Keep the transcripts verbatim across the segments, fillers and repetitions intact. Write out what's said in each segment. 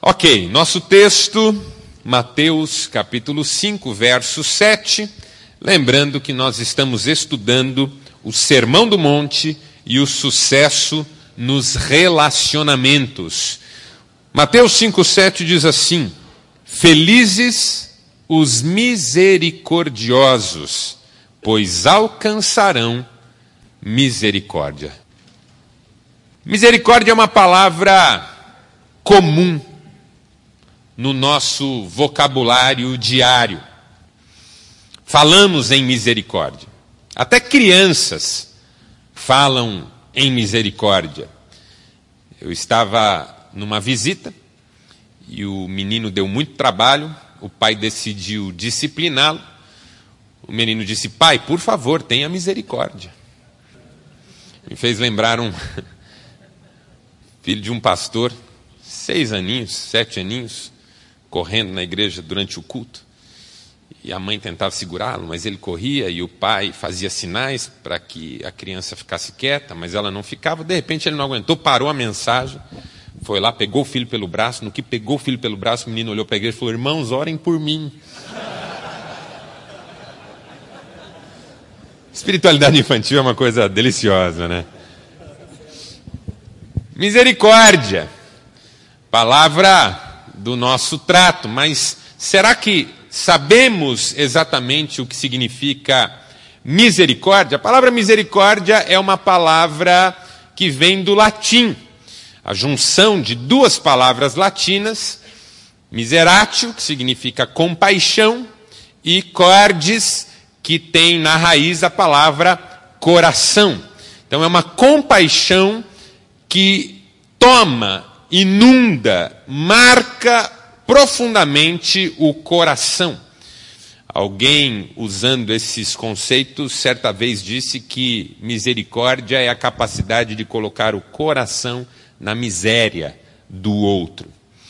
Ok, nosso texto, Mateus capítulo cinco, verso sete. Lembrando que nós estamos estudando o Sermão do Monte e o sucesso nos relacionamentos. Mateus cinco, sete diz assim: felizes os misericordiosos, pois alcançarão misericórdia. Misericórdia é uma palavra comum no nosso vocabulário diário. Falamos em misericórdia. Até crianças falam em misericórdia. Eu estava numa visita e o menino deu muito trabalho, o pai decidiu discipliná-lo. O menino disse: pai, por favor, tenha misericórdia. Me fez lembrar um filho de um pastor, seis aninhos, sete aninhos, correndo na igreja durante o culto. E a mãe tentava segurá-lo, mas ele corria e o pai fazia sinais para que a criança ficasse quieta, mas ela não ficava. De repente ele não aguentou, parou a mensagem, foi lá, pegou o filho pelo braço. No que pegou o filho pelo braço, o menino olhou para a igreja e falou: irmãos, orem por mim. Espiritualidade infantil é uma coisa deliciosa, né? Misericórdia, palavra do nosso trato, mas será que sabemos exatamente o que significa misericórdia? A palavra misericórdia é uma palavra que vem do latim, a junção de duas palavras latinas, miseratio, que significa compaixão, e cordis, que tem na raiz a palavra coração. Então é uma compaixão que toma, inunda, marca profundamente o coração. Alguém, usando esses conceitos, certa vez disse que misericórdia é a capacidade de colocar o coração na miséria do outro.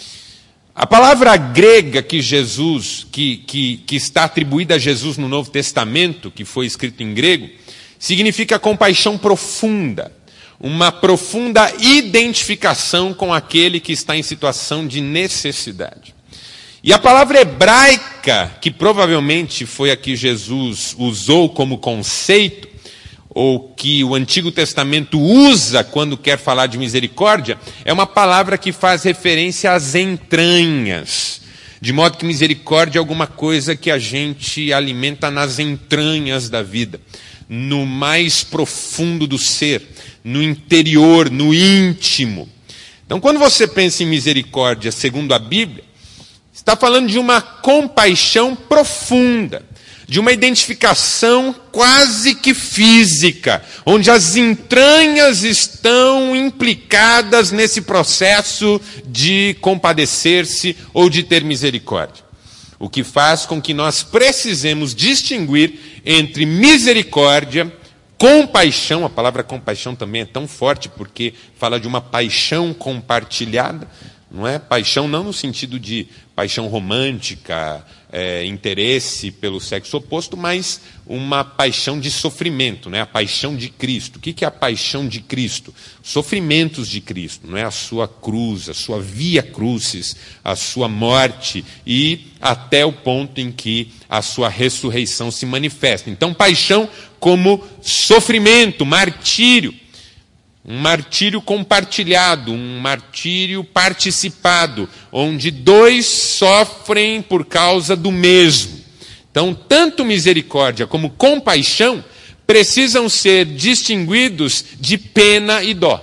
A palavra grega que Jesus, que, que, que está atribuída a Jesus no Novo Testamento, que foi escrito em grego, significa compaixão profunda, uma profunda identificação com aquele que está em situação de necessidade. E a palavra hebraica, que provavelmente foi a que Jesus usou como conceito, ou que o Antigo Testamento usa quando quer falar de misericórdia, é uma palavra que faz referência às entranhas. De modo que misericórdia é alguma coisa que a gente alimenta nas entranhas da vida, no mais profundo do ser, no interior, no íntimo. Então, quando você pensa em misericórdia, segundo a Bíblia, está falando de uma compaixão profunda, de uma identificação quase que física, onde as entranhas estão implicadas nesse processo de compadecer-se ou de ter misericórdia. O que faz com que nós precisemos distinguir entre misericórdia, compaixão. A palavra compaixão também é tão forte porque fala de uma paixão compartilhada, não é? Paixão não no sentido de paixão romântica, é, interesse pelo sexo oposto, mas uma paixão de sofrimento, não é? A paixão de Cristo. O que é a paixão de Cristo? Sofrimentos de Cristo, não é? A sua cruz, a sua via crucis, a sua morte e até o ponto em que a sua ressurreição se manifesta. Então, paixão como sofrimento, martírio. Um martírio compartilhado, um martírio participado, onde dois sofrem por causa do mesmo. Então, tanto misericórdia como compaixão precisam ser distinguidos de pena e dó.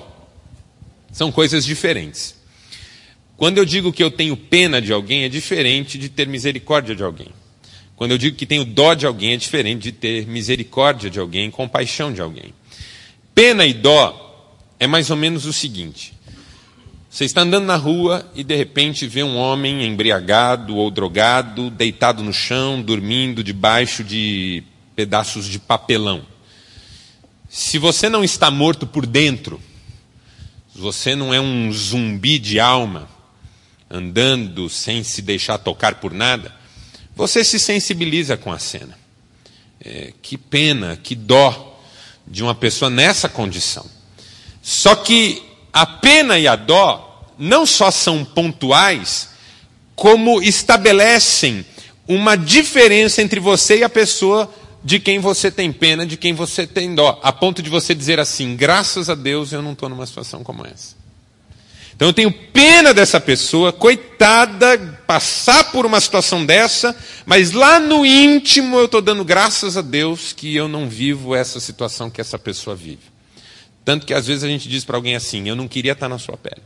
São coisas diferentes. Quando eu digo que eu tenho pena de alguém, é diferente de ter misericórdia de alguém. Quando eu digo que tenho dó de alguém, é diferente de ter misericórdia de alguém, compaixão de alguém. Pena e dó é mais ou menos o seguinte: você está andando na rua e de repente vê um homem embriagado ou drogado, deitado no chão, dormindo debaixo de pedaços de papelão. Se você não está morto por dentro, se você não é um zumbi de alma, andando sem se deixar tocar por nada, você se sensibiliza com a cena. É, que pena, que dó de uma pessoa nessa condição. Só que a pena e a dó não só são pontuais, como estabelecem uma diferença entre você e a pessoa de quem você tem pena, de quem você tem dó, a ponto de você dizer assim, graças a Deus eu não estou numa situação como essa. Então eu tenho pena dessa pessoa, coitada, passar por uma situação dessa, mas lá no íntimo eu estou dando graças a Deus que eu não vivo essa situação que essa pessoa vive. Tanto que às vezes a gente diz para alguém assim, eu não queria estar na sua pele.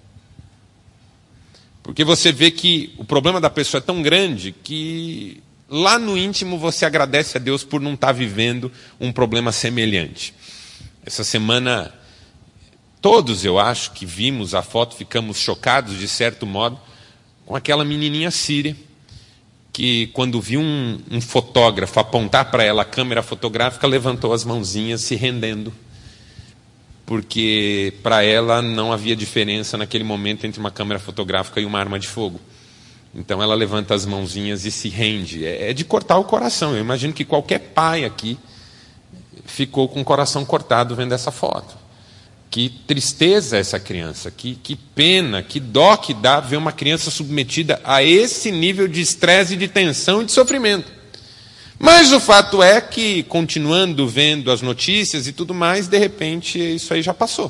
Porque você vê que o problema da pessoa é tão grande que lá no íntimo você agradece a Deus por não estar vivendo um problema semelhante. Essa semana, todos eu acho que vimos a foto, ficamos chocados de certo modo, com aquela menininha síria, que quando viu um, um fotógrafo apontar para ela a câmera fotográfica, levantou as mãozinhas se rendendo. Porque para ela não havia diferença naquele momento entre uma câmera fotográfica e uma arma de fogo. Então ela levanta as mãozinhas e se rende. É de cortar o coração. Eu imagino que qualquer pai aqui ficou com o coração cortado vendo essa foto. Que tristeza essa criança, que, que pena, que dó que dá ver uma criança submetida a esse nível de estresse, de tensão e de sofrimento. Mas o fato é que, continuando vendo as notícias e tudo mais, de repente isso aí já passou.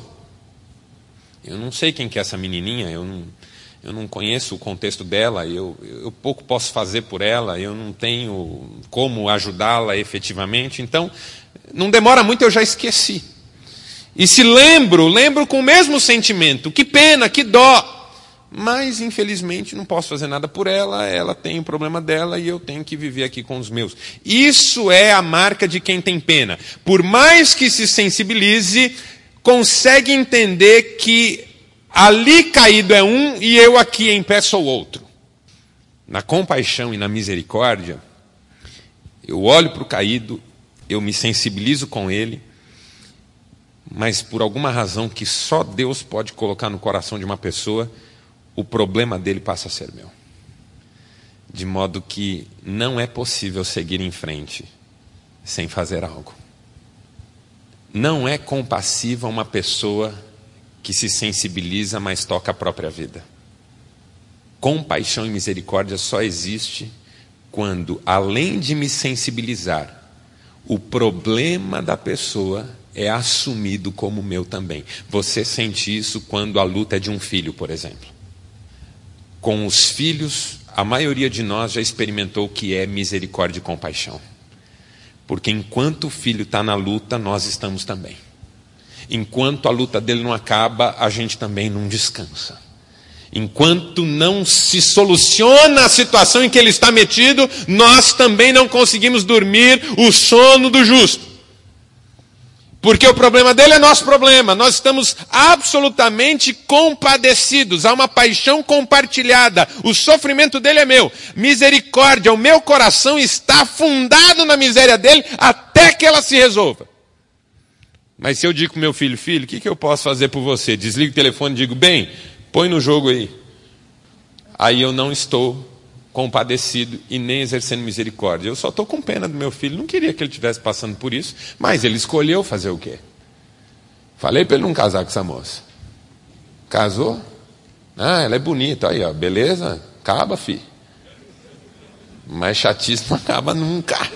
Eu não sei quem que é essa menininha, eu não, eu não conheço o contexto dela, eu, eu pouco posso fazer por ela, eu não tenho como ajudá-la efetivamente, então não demora muito, eu já esqueci. E se lembro, lembro com o mesmo sentimento, que pena, que dó. Mas, infelizmente, não posso fazer nada por ela, ela tem o problema dela e eu tenho que viver aqui com os meus. Isso é a marca de quem tem pena. Por mais que se sensibilize, consegue entender que ali caído é um e eu aqui em pé sou outro. Na compaixão e na misericórdia, eu olho para o caído, eu me sensibilizo com ele, mas por alguma razão que só Deus pode colocar no coração de uma pessoa, o problema dele passa a ser meu. De modo que não é possível seguir em frente sem fazer algo. Não é compassiva uma pessoa que se sensibiliza, mas toca a própria vida. Compaixão e misericórdia só existe quando, além de me sensibilizar, o problema da pessoa é assumido como meu também. Você sente isso quando a luta é de um filho, por exemplo. Com os filhos, a maioria de nós já experimentou o que é misericórdia e compaixão. Porque enquanto o filho está na luta, nós estamos também. Enquanto a luta dele não acaba, a gente também não descansa. Enquanto não se soluciona a situação em que ele está metido, nós também não conseguimos dormir o sono do justo. Porque o problema dele é nosso problema. Nós estamos absolutamente compadecidos. Há uma paixão compartilhada. O sofrimento dele é meu. Misericórdia. O meu coração está afundado na miséria dele até que ela se resolva. Mas se eu digo para o meu filho, filho, o que, que eu posso fazer por você? Desligo o telefone e digo, bem, põe no jogo aí. Aí eu não estou compadecido e nem exercendo misericórdia. Eu só estou com pena do meu filho. Não queria que ele estivesse passando por isso, mas ele escolheu fazer o quê? Falei para ele não casar com essa moça. Casou? Ah, ela é bonita. Aí, ó, beleza? Acaba, filho. Mas chatice não acaba nunca.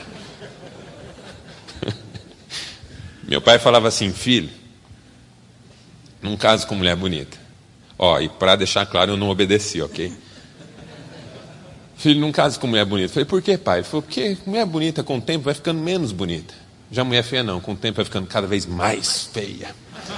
Meu pai falava assim, filho, não caso com mulher bonita. Ó, e para deixar claro, eu não obedeci, ok? Filho, não case com mulher bonita. Eu falei, por quê, pai? Ele falou, porque mulher bonita com o tempo vai ficando menos bonita. Já mulher feia não, com o tempo vai ficando cada vez mais feia.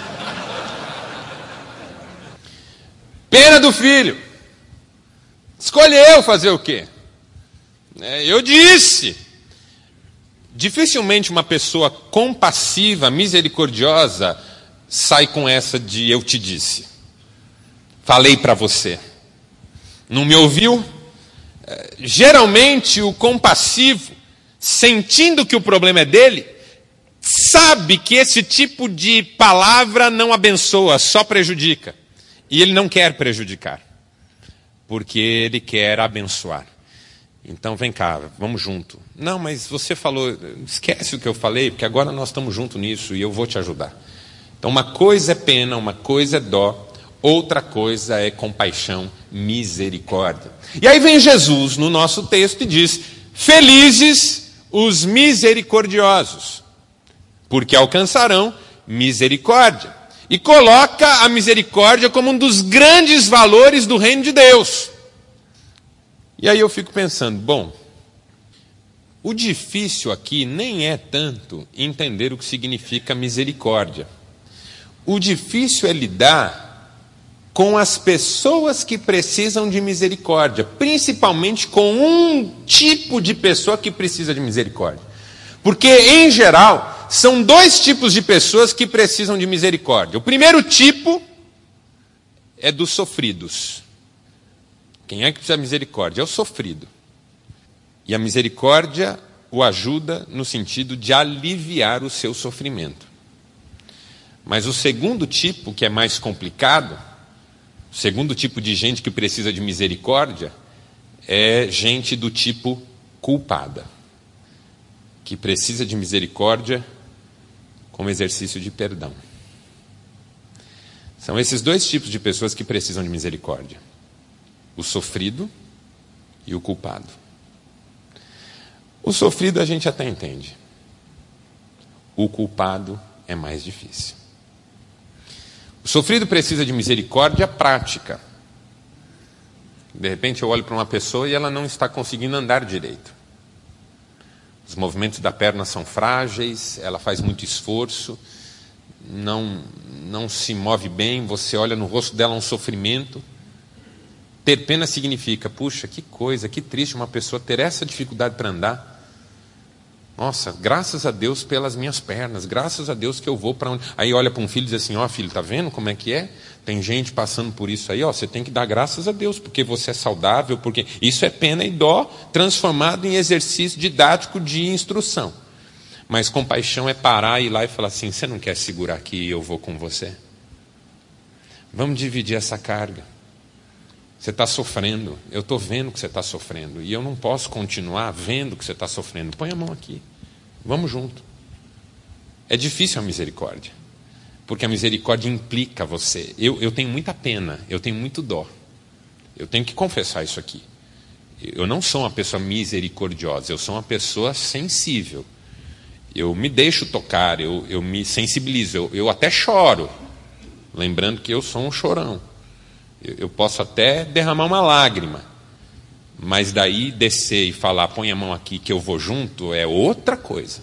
Pena do filho. Escolheu fazer o quê? É, eu disse. Dificilmente uma pessoa compassiva, misericordiosa, sai com essa de eu te disse. Falei para você. Não me ouviu? Geralmente o compassivo, sentindo que o problema é dele, sabe que esse tipo de palavra não abençoa, só prejudica. E ele não quer prejudicar, porque ele quer abençoar. Então vem cá, vamos junto. Não, mas você falou, esquece o que eu falei, porque agora nós estamos juntos nisso e eu vou te ajudar. Então uma coisa é pena, uma coisa é dó, outra coisa é compaixão, misericórdia. E aí vem Jesus no nosso texto e diz: felizes os misericordiosos, porque alcançarão misericórdia. E coloca a misericórdia como um dos grandes valores do reino de Deus. E aí eu fico pensando, bom, o difícil aqui nem é tanto entender o que significa misericórdia. O difícil é lidar com as pessoas que precisam de misericórdia, principalmente com um tipo de pessoa que precisa de misericórdia. Porque, em geral, são dois tipos de pessoas que precisam de misericórdia. O primeiro tipo é dos sofridos. Quem é que precisa de misericórdia? É o sofrido. E a misericórdia o ajuda no sentido de aliviar o seu sofrimento. Mas o segundo tipo, que é mais complicado, o segundo tipo de gente que precisa de misericórdia, é gente do tipo culpada, que precisa de misericórdia como exercício de perdão. São esses dois tipos de pessoas que precisam de misericórdia: o sofrido e o culpado. O sofrido a gente até entende. O culpado é mais difícil. O sofrido precisa de misericórdia prática. De repente eu olho para uma pessoa e ela não está conseguindo andar direito. Os movimentos da perna são frágeis, ela faz muito esforço, não, não se move bem, você olha no rosto dela um sofrimento. Ter pena significa, puxa, que coisa, que triste uma pessoa ter essa dificuldade para andar. Nossa, graças a Deus pelas minhas pernas, graças a Deus que eu vou para onde... Aí olha para um filho e diz assim, ó, filho, tá vendo como é que é? Tem gente passando por isso aí, ó, você tem que dar graças a Deus, porque você é saudável, porque isso é pena e dó transformado em exercício didático de instrução. Mas compaixão é parar e ir lá e falar assim, você não quer segurar aqui e eu vou com você? Vamos dividir essa carga. Você está sofrendo, eu estou vendo que você está sofrendo, e eu não posso continuar vendo que você está sofrendo. Põe a mão aqui, vamos junto. É difícil a misericórdia, porque a misericórdia implica você. Eu, eu tenho muita pena, eu tenho muito dó. Eu tenho que confessar isso aqui. Eu não sou uma pessoa misericordiosa, eu sou uma pessoa sensível. Eu me deixo tocar, eu, eu me sensibilizo, eu, eu até choro, lembrando que eu sou um chorão. Eu posso até derramar uma lágrima, mas daí descer e falar, põe a mão aqui que eu vou junto, é outra coisa.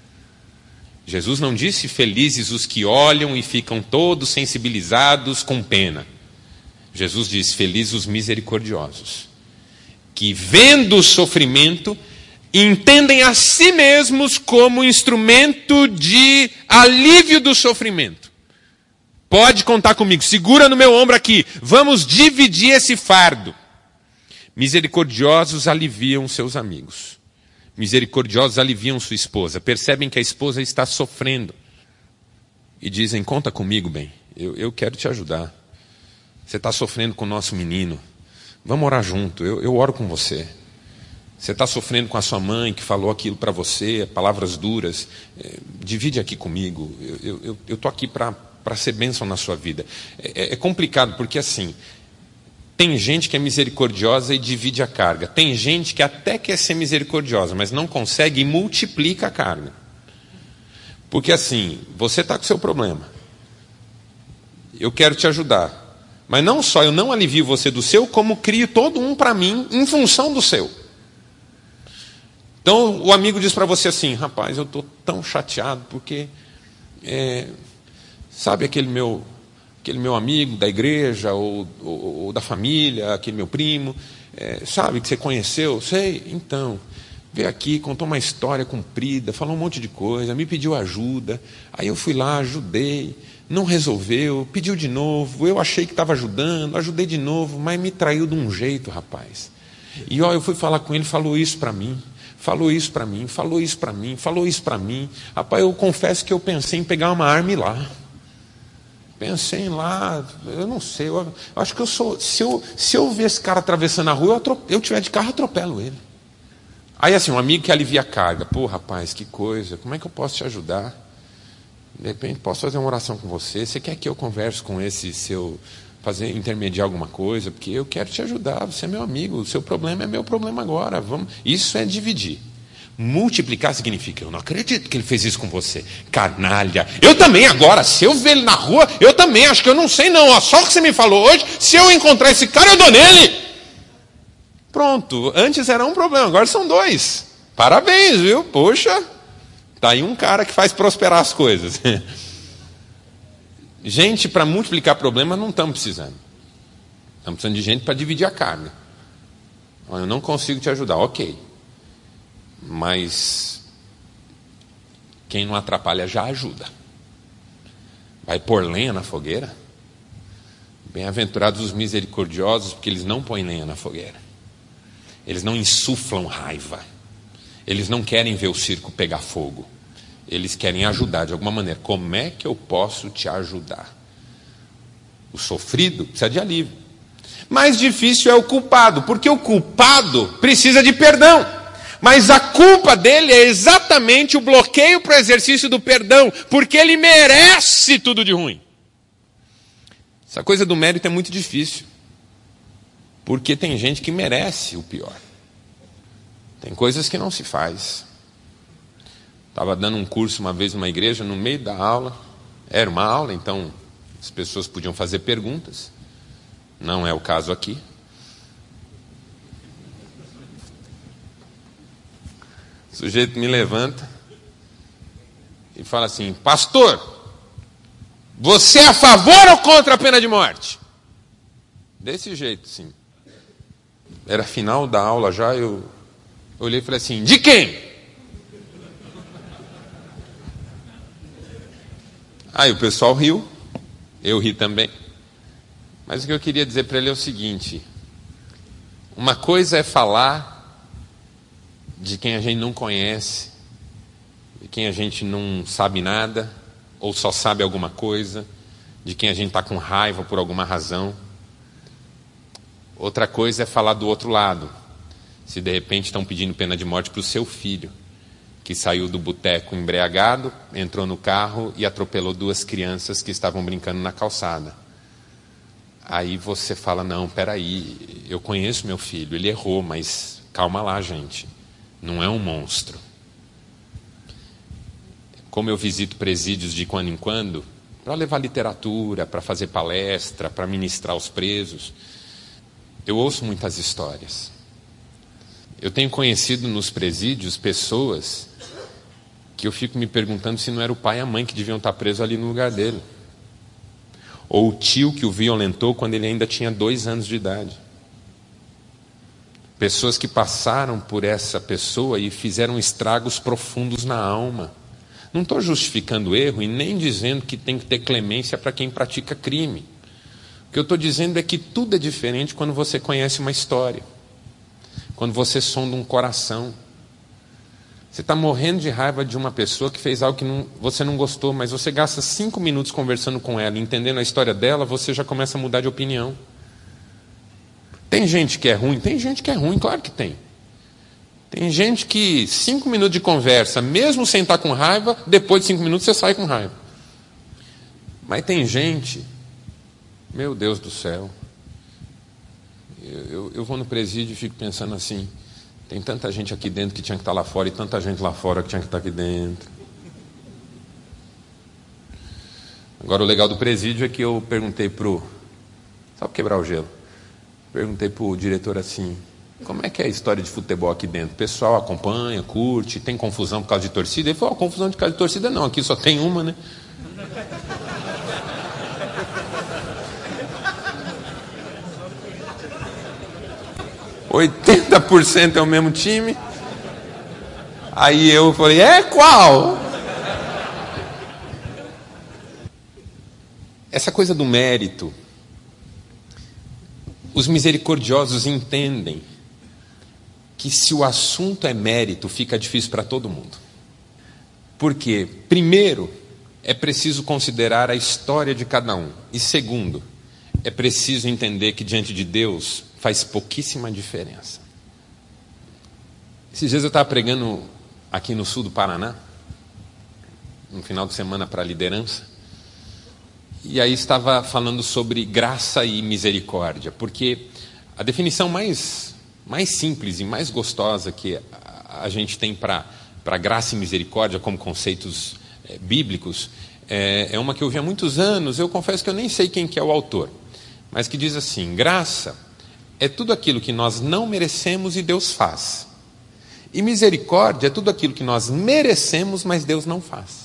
Jesus não disse felizes os que olham e ficam todos sensibilizados com pena. Jesus disse felizes os misericordiosos, que vendo o sofrimento, entendem a si mesmos como instrumento de alívio do sofrimento. Pode contar comigo, segura no meu ombro aqui, vamos dividir esse fardo. Misericordiosos aliviam seus amigos. Misericordiosos aliviam sua esposa. Percebem que a esposa está sofrendo. E dizem, conta comigo, bem, eu, eu quero te ajudar. Você está sofrendo com o nosso menino. Vamos orar junto, eu, eu oro com você. Você está sofrendo com a sua mãe que falou aquilo para você, palavras duras. É, divide aqui comigo, eu estou aqui para... para ser bênção na sua vida. É, é complicado, porque assim, tem gente que é misericordiosa e divide a carga. Tem gente que até quer ser misericordiosa, mas não consegue e multiplica a carga. Porque assim, você está com o seu problema. Eu quero te ajudar. Mas não só eu não alivio você do seu, como crio todo um para mim em função do seu. Então o amigo diz para você assim, rapaz, eu estou tão chateado porque... É, sabe aquele meu, aquele meu amigo da igreja ou, ou, ou da família, aquele meu primo, é, sabe, que você conheceu? Sei, então, veio aqui, contou uma história comprida, falou um monte de coisa, me pediu ajuda, aí eu fui lá, ajudei, não resolveu, pediu de novo, eu achei que estava ajudando, ajudei de novo, mas me traiu de um jeito, rapaz. E ó, eu fui falar com ele, falou isso para mim, falou isso para mim, falou isso para mim, falou isso para mim. Rapaz, eu confesso que eu pensei em pegar uma arma e ir lá. Pensei em lá, eu não sei, eu, eu acho que eu sou, se eu, se eu ver esse cara atravessando a rua, eu, atrope, eu tiver de carro, eu atropelo ele. Aí assim, um amigo que alivia a carga, pô rapaz, que coisa, como é que eu posso te ajudar? De repente posso fazer uma oração com você, você quer que eu converse com esse seu fazer, intermediar alguma coisa, porque eu quero te ajudar, você é meu amigo, o seu problema é meu problema agora. Vamos. Isso é dividir. Multiplicar significa, eu não acredito que ele fez isso com você. Canalha. Eu também agora, se eu ver ele na rua, eu também acho que eu não sei não. Ó, só o que você me falou hoje, se eu encontrar esse cara, eu dou nele. Pronto. Antes era um problema, agora são dois. Parabéns, viu? Poxa, tá aí um cara que faz prosperar as coisas. Gente, para multiplicar problemas não estamos precisando. Estamos precisando de gente para dividir a carne. Eu não consigo te ajudar, ok. Mas quem não atrapalha já ajuda. Vai pôr lenha na fogueira? Bem-aventurados os misericordiosos, porque eles não põem lenha na fogueira. Eles não insuflam raiva. Eles não querem ver o circo pegar fogo. Eles querem ajudar de alguma maneira. Como é que eu posso te ajudar? O sofrido precisa de alívio. Mais difícil é o culpado, porque o culpado precisa de perdão. Mas a culpa dele é exatamente o bloqueio para o exercício do perdão, porque ele merece tudo de ruim. Essa coisa do mérito é muito difícil, porque tem gente que merece o pior. Tem coisas que não se faz. Estava dando um curso uma vez numa igreja, no meio da aula, era uma aula, então as pessoas podiam fazer perguntas, não é o caso aqui. O sujeito me levanta e fala assim: pastor, você é a favor ou contra a pena de morte? Desse jeito, sim. Era final da aula já, eu olhei e falei assim: de quem? Aí o pessoal riu, eu ri também. Mas o que eu queria dizer para ele é o seguinte: uma coisa é falar de quem a gente não conhece, de quem a gente não sabe nada, ou só sabe alguma coisa, de quem a gente está com raiva por alguma razão. Outra coisa é falar do outro lado. Se de repente estão pedindo pena de morte para o seu filho, que saiu do boteco embriagado, entrou no carro e atropelou duas crianças que estavam brincando na calçada. Aí você fala: não, peraí, eu conheço meu filho, ele errou, mas calma lá, gente. Não é um monstro. Como eu visito presídios de quando em quando, para levar literatura, para fazer palestra, para ministrar aos presos, eu ouço muitas histórias. Eu tenho conhecido nos presídios pessoas que eu fico me perguntando se não era o pai e a mãe que deviam estar presos ali no lugar dele. Ou o tio que o violentou quando ele ainda tinha dois anos de idade. Pessoas que passaram por essa pessoa e fizeram estragos profundos na alma. Não estou justificando o erro e nem dizendo que tem que ter clemência para quem pratica crime. O que eu estou dizendo é que tudo é diferente quando você conhece uma história. Quando você sonda um coração. Você está morrendo de raiva de uma pessoa que fez algo que não, você não gostou, mas você gasta cinco minutos conversando com ela, entendendo a história dela, você já começa a mudar de opinião. Tem gente que é ruim? Tem gente que é ruim, claro que tem. Tem gente que cinco minutos de conversa, mesmo sem estar com raiva, depois de cinco minutos você sai com raiva. Mas tem gente, meu Deus do céu, eu, eu, eu vou no presídio e fico pensando assim: tem tanta gente aqui dentro que tinha que estar lá fora e tanta gente lá fora que tinha que estar aqui dentro. Agora o legal do presídio é que eu perguntei pro... Só para quebrar o gelo. Perguntei para o diretor assim: como é que é a história de futebol aqui dentro? O pessoal acompanha, curte, tem confusão por causa de torcida? Ele falou: oh, confusão de causa de torcida não, aqui só tem uma, né? oitenta por cento é o mesmo time. Aí eu falei: é qual? Essa coisa do mérito, os misericordiosos entendem que se o assunto é mérito, fica difícil para todo mundo. Por quê? Primeiro, é preciso considerar a história de cada um. E segundo, é preciso entender que diante de Deus faz pouquíssima diferença. Esses dias eu estava pregando aqui no sul do Paraná, no final de semana para a liderança, E aí estava falando sobre graça e misericórdia, porque a definição mais, mais simples e mais gostosa que a, a gente tem para para graça e misericórdia como conceitos é, bíblicos é, é uma que eu vi há muitos anos. Eu confesso que eu nem sei quem que é o autor, mas que diz assim: graça é tudo aquilo que nós não merecemos e Deus faz, e misericórdia é tudo aquilo que nós merecemos, mas Deus não faz.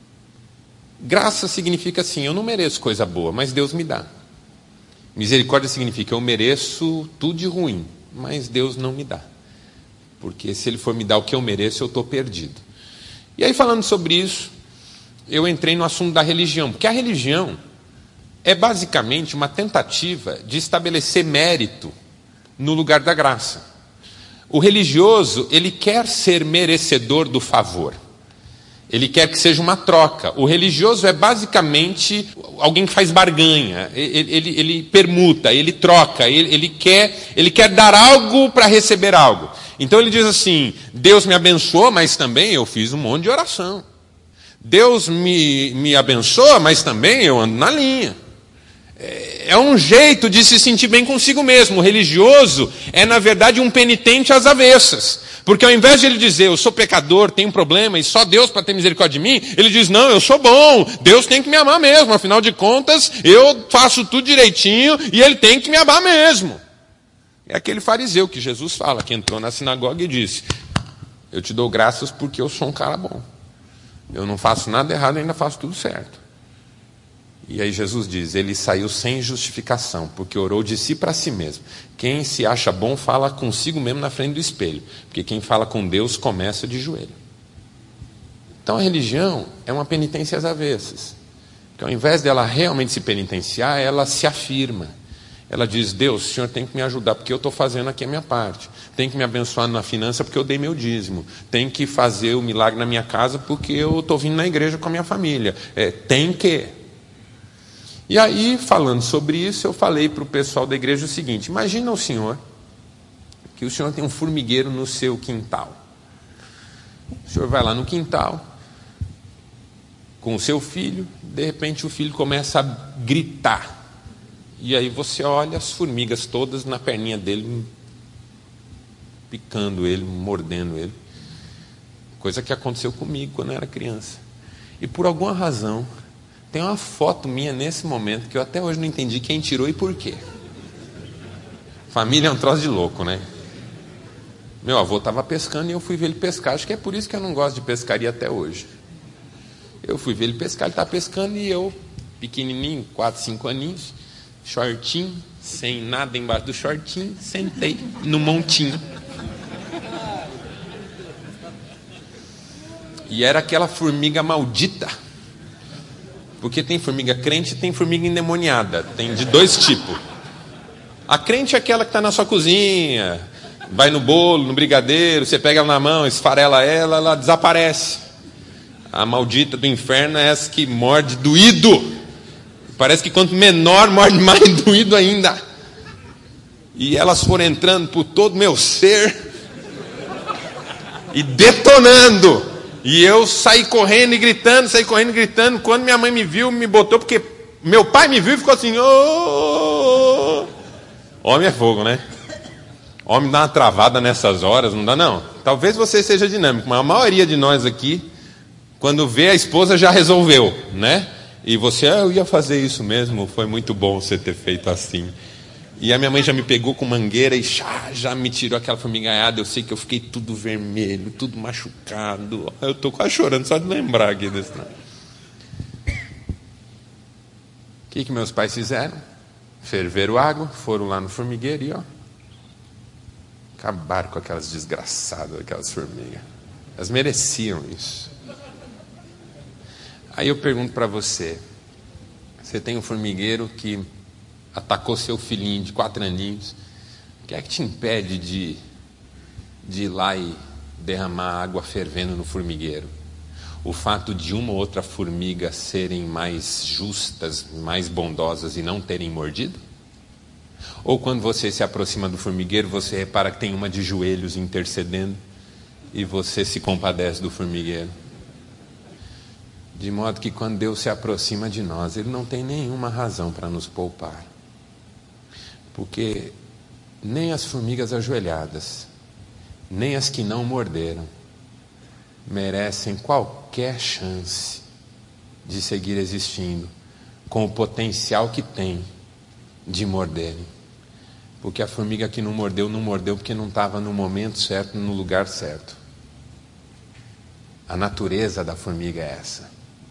Graça significa assim: eu não mereço coisa boa, mas Deus me dá. Misericórdia significa eu mereço tudo de ruim, mas Deus não me dá. Porque se Ele for me dar o que eu mereço, eu estou perdido. E aí, falando sobre isso, eu entrei no assunto da religião. Porque a religião é basicamente uma tentativa de estabelecer mérito no lugar da graça. O religioso, ele quer ser merecedor do favor. Ele quer que seja uma troca. O religioso é basicamente alguém que faz barganha. Ele, ele, ele permuta, ele troca, ele, ele, quer, ele quer dar algo para receber algo. Então ele diz assim: Deus me abençoou, mas também eu fiz um monte de oração. Deus me, me abençoa, mas também eu ando na linha. É um jeito de se sentir bem consigo mesmo. O religioso é, na verdade, um penitente às avessas. Porque ao invés de ele dizer, eu sou pecador, tenho um problema, e só Deus para ter misericórdia de mim, ele diz, não, eu sou bom, Deus tem que me amar mesmo, afinal de contas, eu faço tudo direitinho, e Ele tem que me amar mesmo. É aquele fariseu que Jesus fala, que entrou na sinagoga e disse, eu te dou graças porque eu sou um cara bom. Eu não faço nada errado, eu ainda faço tudo certo. E aí Jesus diz, ele saiu sem justificação, porque orou de si para si mesmo. Quem se acha bom fala consigo mesmo na frente do espelho, porque quem fala com Deus começa de joelho. Então a religião é uma penitência às avessas, que ao invés dela realmente se penitenciar, ela se afirma. Ela diz, Deus, o Senhor tem que me ajudar, porque eu estou fazendo aqui a minha parte. Tem que me abençoar na finança, porque eu dei meu dízimo. Tem que fazer o milagre na minha casa, porque eu estou vindo na igreja com a minha família. É, tem que... E aí, falando sobre isso, eu falei para o pessoal da igreja o seguinte, imagina o senhor, que o senhor tem um formigueiro no seu quintal. O senhor vai lá no quintal, com o seu filho, de repente o filho começa a gritar. E aí você olha as formigas todas na perninha dele, picando ele, mordendo ele. Coisa que aconteceu comigo quando eu era criança. E por alguma razão... Tem uma foto minha nesse momento que eu até hoje não entendi quem tirou e por quê. Família é um troço de louco, né? Meu avô estava pescando e eu fui ver ele pescar. Acho que é por isso que eu não gosto de pescaria até hoje. Eu fui ver ele pescar, ele estava pescando e eu, pequenininho, quatro, cinco aninhos, shortinho, sem nada embaixo do shortinho, sentei no montinho. E era aquela formiga maldita. Porque tem formiga crente e tem formiga endemoniada. Tem de dois tipos. A crente é aquela que está na sua cozinha, vai no bolo, no brigadeiro, você pega ela na mão, esfarela ela, ela desaparece. A maldita do inferno é essa que morde doído. Parece que quanto menor, morde mais doído ainda. E elas foram entrando por todo o meu ser e detonando. E eu saí correndo e gritando, saí correndo e gritando. Quando minha mãe me viu, me botou, porque meu pai me viu e ficou assim, oh! Homem é fogo, né? Homem dá uma travada nessas horas, não dá não. Talvez você seja dinâmico, mas a maioria de nós aqui, quando vê a esposa já resolveu, né? E você, ah, eu ia fazer isso mesmo, foi muito bom você ter feito assim. E a minha mãe já me pegou com mangueira e já, já me tirou aquela formigaiada. Eu sei que eu fiquei tudo vermelho, tudo machucado. Eu estou quase chorando só de lembrar aqui desse. O que, que meus pais fizeram? Ferveram água, foram lá no formigueiro e ó, acabaram com aquelas desgraçadas, aquelas formigas. Elas mereciam isso. Aí eu pergunto para você, você tem um formigueiro que atacou seu filhinho de quatro aninhos, o que é que te impede de, de ir lá e derramar água fervendo no formigueiro? O fato de uma ou outra formiga serem mais justas, mais bondosas e não terem mordido? Ou quando você se aproxima do formigueiro, você repara que tem uma de joelhos intercedendo e você se compadece do formigueiro? De modo que quando Deus se aproxima de nós, Ele não tem nenhuma razão para nos poupar. Porque nem as formigas ajoelhadas, nem as que não morderam, merecem qualquer chance de seguir existindo, com o potencial que tem de morderem. Porque a formiga que não mordeu, não mordeu porque não estava no momento certo, no lugar certo. A natureza da formiga é essa.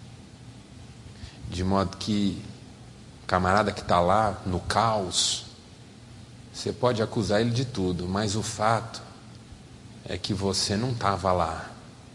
De modo que o camarada que está lá no caos, você pode acusar ele de tudo, mas o fato é que você não estava lá.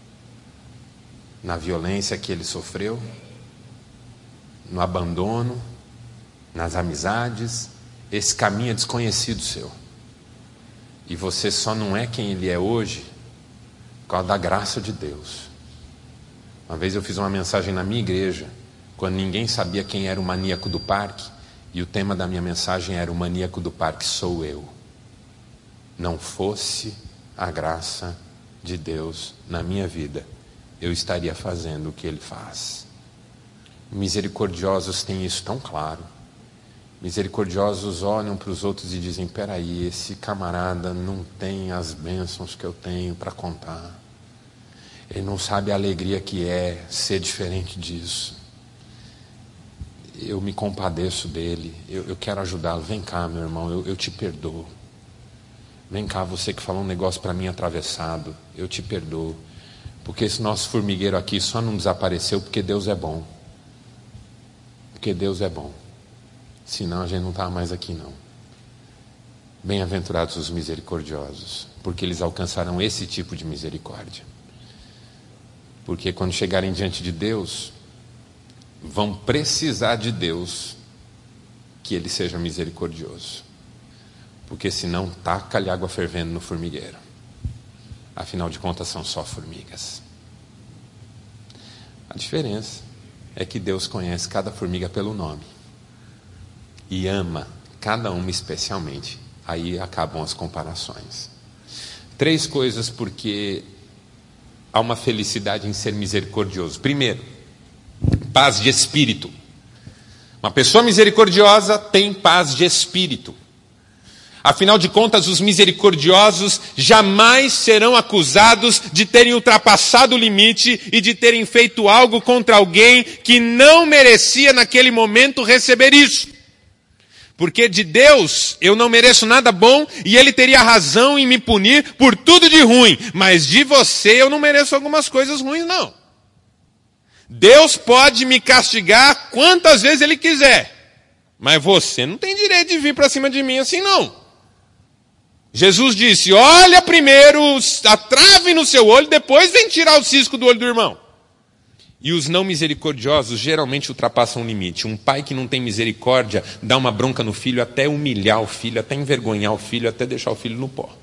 Na violência que ele sofreu, no abandono, nas amizades, esse caminho é desconhecido seu. E você só não é quem ele é hoje por causa da graça de Deus. Uma vez eu fiz uma mensagem na minha igreja, quando ninguém sabia quem era o maníaco do parque, e o tema da minha mensagem era: o maníaco do parque sou eu. Não fosse a graça de Deus na minha vida, eu estaria fazendo o que Ele faz. Misericordiosos têm isso tão claro. Misericordiosos olham para os outros e dizem: peraí, esse camarada não tem as bênçãos que eu tenho para contar. Ele não sabe a alegria que é ser diferente disso. Eu me compadeço dele, eu, eu quero ajudá-lo. Vem cá, meu irmão, eu, eu te perdoo. Vem cá, você que falou um negócio para mim atravessado, eu te perdoo. Porque esse nosso formigueiro aqui só não desapareceu porque Deus é bom. Porque Deus é bom. Senão a gente não estava mais aqui, não. Bem-aventurados os misericordiosos, porque eles alcançarão esse tipo de misericórdia. Porque quando chegarem diante de Deus, vão precisar de Deus que Ele seja misericordioso. Porque senão taca-lhe água fervendo no formigueiro. Afinal de contas são só formigas. A diferença é que Deus conhece cada formiga pelo nome e ama cada uma especialmente. Aí acabam as comparações. Três coisas porque há uma felicidade em ser misericordioso. Primeiro, paz de espírito. Uma pessoa misericordiosa tem paz de espírito. Afinal de contas, os misericordiosos jamais serão acusados de terem ultrapassado o limite e de terem feito algo contra alguém que não merecia naquele momento receber isso. Porque de Deus eu não mereço nada bom e Ele teria razão em me punir por tudo de ruim. Mas de você eu não mereço algumas coisas ruins, não. Deus pode me castigar quantas vezes Ele quiser. Mas você não tem direito de vir para cima de mim assim, não. Jesus disse: olha primeiro a trave no seu olho, depois vem tirar o cisco do olho do irmão. E os não misericordiosos geralmente ultrapassam o limite. Um pai que não tem misericórdia dá uma bronca no filho até humilhar o filho, até envergonhar o filho, até deixar o filho no pó.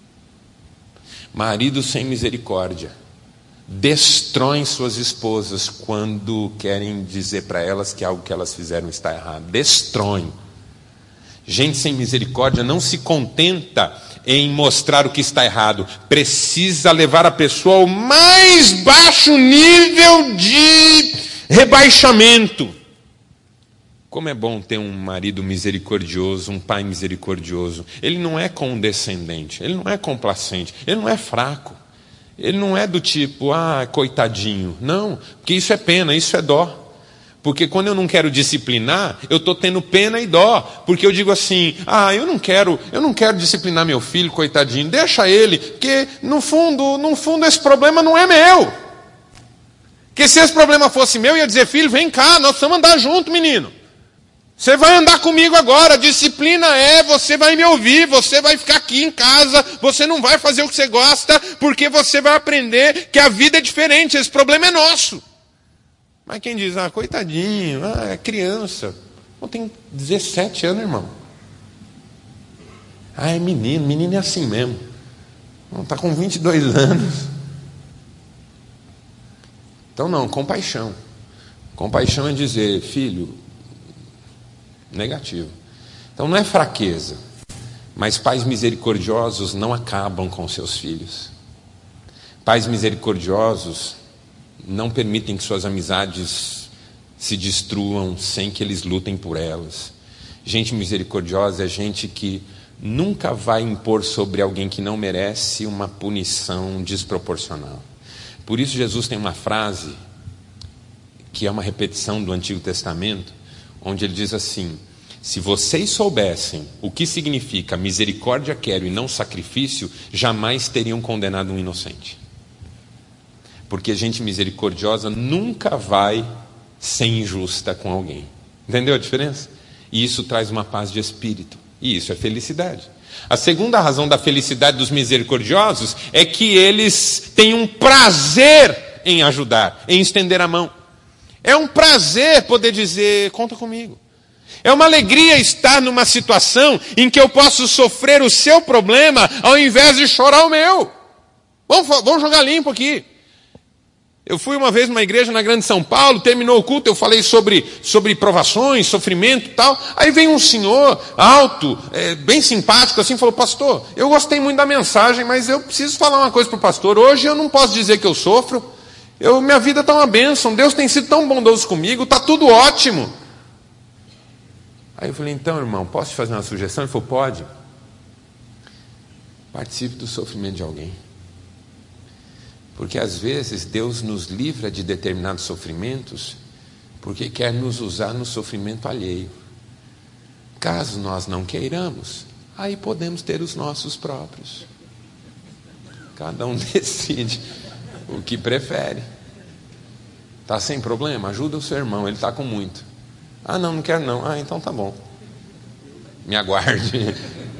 Maridos sem misericórdia destroem suas esposas quando querem dizer para elas que algo que elas fizeram está errado. Destroem. Gente sem misericórdia não se contenta em mostrar o que está errado. Precisa levar a pessoa ao mais baixo nível de rebaixamento. Como é bom ter um marido misericordioso, um pai misericordioso. Ele não é condescendente, ele não é complacente, ele não é fraco. Ele não é do tipo, ah, coitadinho. Não, porque isso é pena, isso é dó. Porque quando eu não quero disciplinar, eu estou tendo pena e dó. Porque eu digo assim, ah, eu não quero, eu não quero disciplinar meu filho, coitadinho, deixa ele, porque no fundo, no fundo esse problema não é meu. Porque se esse problema fosse meu, eu ia dizer, filho, vem cá, nós precisamos andar junto, menino. Você vai andar comigo agora, disciplina é, você vai me ouvir, você vai ficar aqui em casa, você não vai fazer o que você gosta, porque você vai aprender que a vida é diferente, esse problema é nosso. Mas quem diz, ah, coitadinho, ah, é criança. Eu tenho dezessete anos, irmão. Ah, é menino, menino é assim mesmo. Está com vinte e dois anos. Então não, compaixão. Compaixão é dizer, filho, negativo. Então não é fraqueza. Mas pais misericordiosos não acabam com seus filhos. Pais misericordiosos não permitem que suas amizades se destruam sem que eles lutem por elas. Gente misericordiosa é gente que nunca vai impor sobre alguém que não merece uma punição desproporcional. Por isso Jesus tem uma frase que é uma repetição do Antigo Testamento, onde ele diz assim: se vocês soubessem o que significa misericórdia quero e não sacrifício, jamais teriam condenado um inocente. Porque gente misericordiosa nunca vai ser injusta com alguém. Entendeu a diferença? E isso traz uma paz de espírito. E isso é felicidade. A segunda razão da felicidade dos misericordiosos é que eles têm um prazer em ajudar, em estender a mão. É um prazer poder dizer, conta comigo. É uma alegria estar numa situação em que eu posso sofrer o seu problema ao invés de chorar o meu. Vamos, vamos jogar limpo aqui. Eu fui uma vez numa igreja na Grande São Paulo, terminou o culto, eu falei sobre, sobre provações, sofrimento e tal. Aí veio um senhor alto, é, bem simpático, assim, falou: pastor, eu gostei muito da mensagem, mas eu preciso falar uma coisa para o pastor. Hoje eu não posso dizer que eu sofro. Eu, minha vida está uma bênção, Deus tem sido tão bondoso comigo, está tudo ótimo. Aí eu falei: então, irmão, posso te fazer uma sugestão? Ele falou: pode. Participe do sofrimento de alguém. Porque às vezes Deus nos livra de determinados sofrimentos porque quer nos usar no sofrimento alheio. Caso nós não queiramos, aí podemos ter os nossos próprios. Cada um decide o que prefere. Está sem problema? Ajuda o seu irmão, ele está com muito. Ah, não, não quero não. Ah, então tá bom. Me aguarde.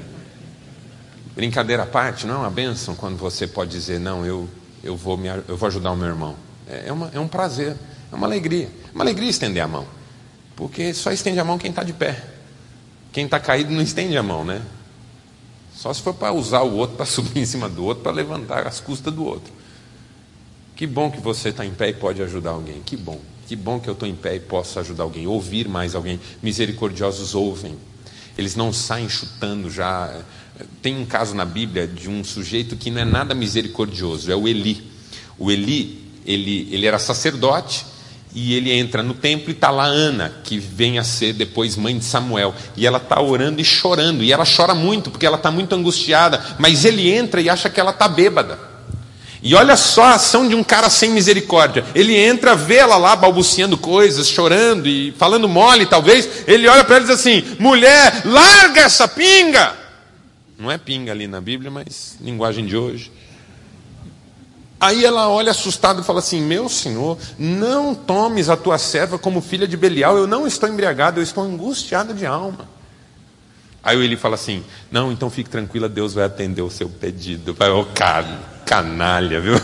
Brincadeira à parte, não é uma bênção quando você pode dizer: não, eu... Eu vou, me, eu vou ajudar o meu irmão. É, uma, é um prazer, é uma alegria. É uma alegria estender a mão. Porque só estende a mão quem está de pé. Quem está caído não estende a mão, né? Só se for para usar o outro, para subir em cima do outro, para levantar as custas do outro. Que bom que você está em pé e pode ajudar alguém. Que bom. Que bom que eu estou em pé e posso ajudar alguém. Ouvir mais alguém. Misericordiosos ouvem. Eles não saem chutando já. Tem um caso na Bíblia de um sujeito que não é nada misericordioso, é o Eli. O Eli, ele, ele era sacerdote e ele entra no templo e está lá Ana, que vem a ser depois mãe de Samuel. E ela está orando e chorando, e ela chora muito porque ela está muito angustiada, mas ele entra e acha que ela está bêbada. E olha só a ação de um cara sem misericórdia. Ele entra, vê ela lá balbuciando coisas, chorando e falando mole talvez. Ele olha para ela e diz assim: mulher, larga essa pinga. Não é pinga ali na Bíblia, mas linguagem de hoje. Aí ela olha assustada e fala assim: meu senhor, não tomes a tua serva como filha de Belial. Eu não estou embriagado, eu estou angustiada de alma. Aí ele fala assim: não, então fique tranquila, Deus vai atender o seu pedido. Vai, ô cara, canalha, viu?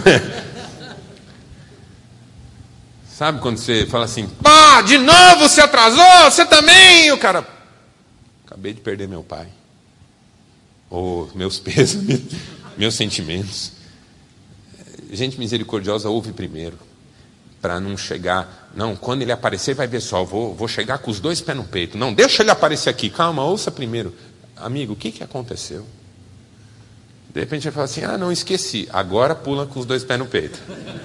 Sabe quando você fala assim: pá, de novo você atrasou, você também? E o cara: acabei de perder meu pai. Ou meus pesos, meus sentimentos. Gente misericordiosa ouve primeiro, para não chegar. Não, quando ele aparecer vai ver só, vou, vou chegar com os dois pés no peito. Não, deixa ele aparecer aqui, calma, ouça primeiro. Amigo, o que, que aconteceu? De repente ele fala assim: ah, não, esqueci. Agora pula com os dois pés no peito.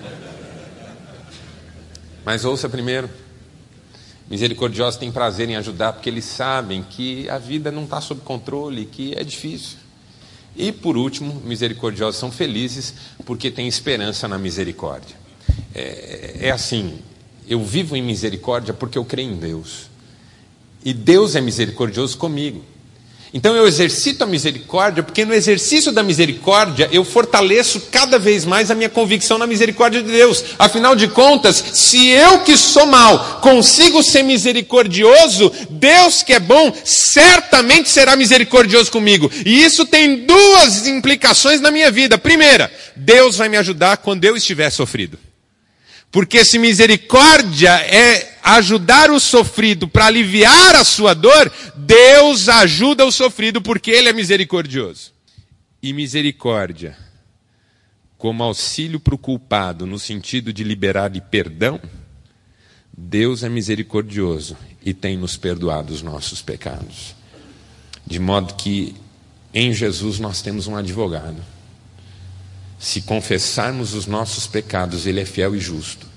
Mas ouça primeiro. Misericordiosos têm prazer em ajudar porque eles sabem que a vida não está sob controle, que é difícil. E por último, misericordiosos são felizes porque têm esperança na misericórdia. É, é assim, eu vivo em misericórdia porque eu creio em Deus. E Deus é misericordioso comigo. Então eu exercito a misericórdia, porque no exercício da misericórdia eu fortaleço cada vez mais a minha convicção na misericórdia de Deus. Afinal de contas, se eu que sou mau consigo ser misericordioso, Deus que é bom certamente será misericordioso comigo. E isso tem duas implicações na minha vida. Primeira, Deus vai me ajudar quando eu estiver sofrido. Porque se misericórdia é ajudar o sofrido para aliviar a sua dor, Deus ajuda o sofrido porque Ele é misericordioso. E misericórdia, como auxílio para o culpado, no sentido de liberar-lhe perdão, Deus é misericordioso e tem nos perdoado os nossos pecados. De modo que em Jesus nós temos um advogado. Se confessarmos os nossos pecados, Ele é fiel e justo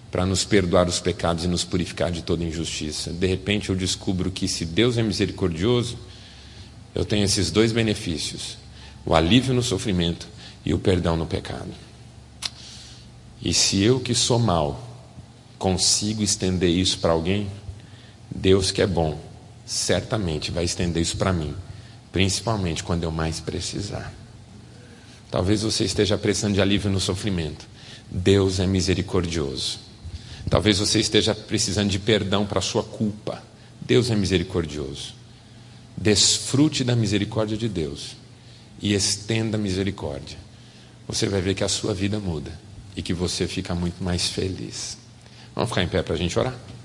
para nos perdoar os pecados e nos purificar de toda injustiça. De repente eu descubro que se Deus é misericordioso, eu tenho esses dois benefícios: o alívio no sofrimento e o perdão no pecado. E se eu, que sou mau, consigo estender isso para alguém, Deus, que é bom, certamente vai estender isso para mim, principalmente quando eu mais precisar. Talvez você esteja precisando de alívio no sofrimento. Deus é misericordioso. Talvez você esteja precisando de perdão para a sua culpa. Deus é misericordioso. Desfrute da misericórdia de Deus e estenda a misericórdia. Você vai ver que a sua vida muda e que você fica muito mais feliz. Vamos ficar em pé para a gente orar?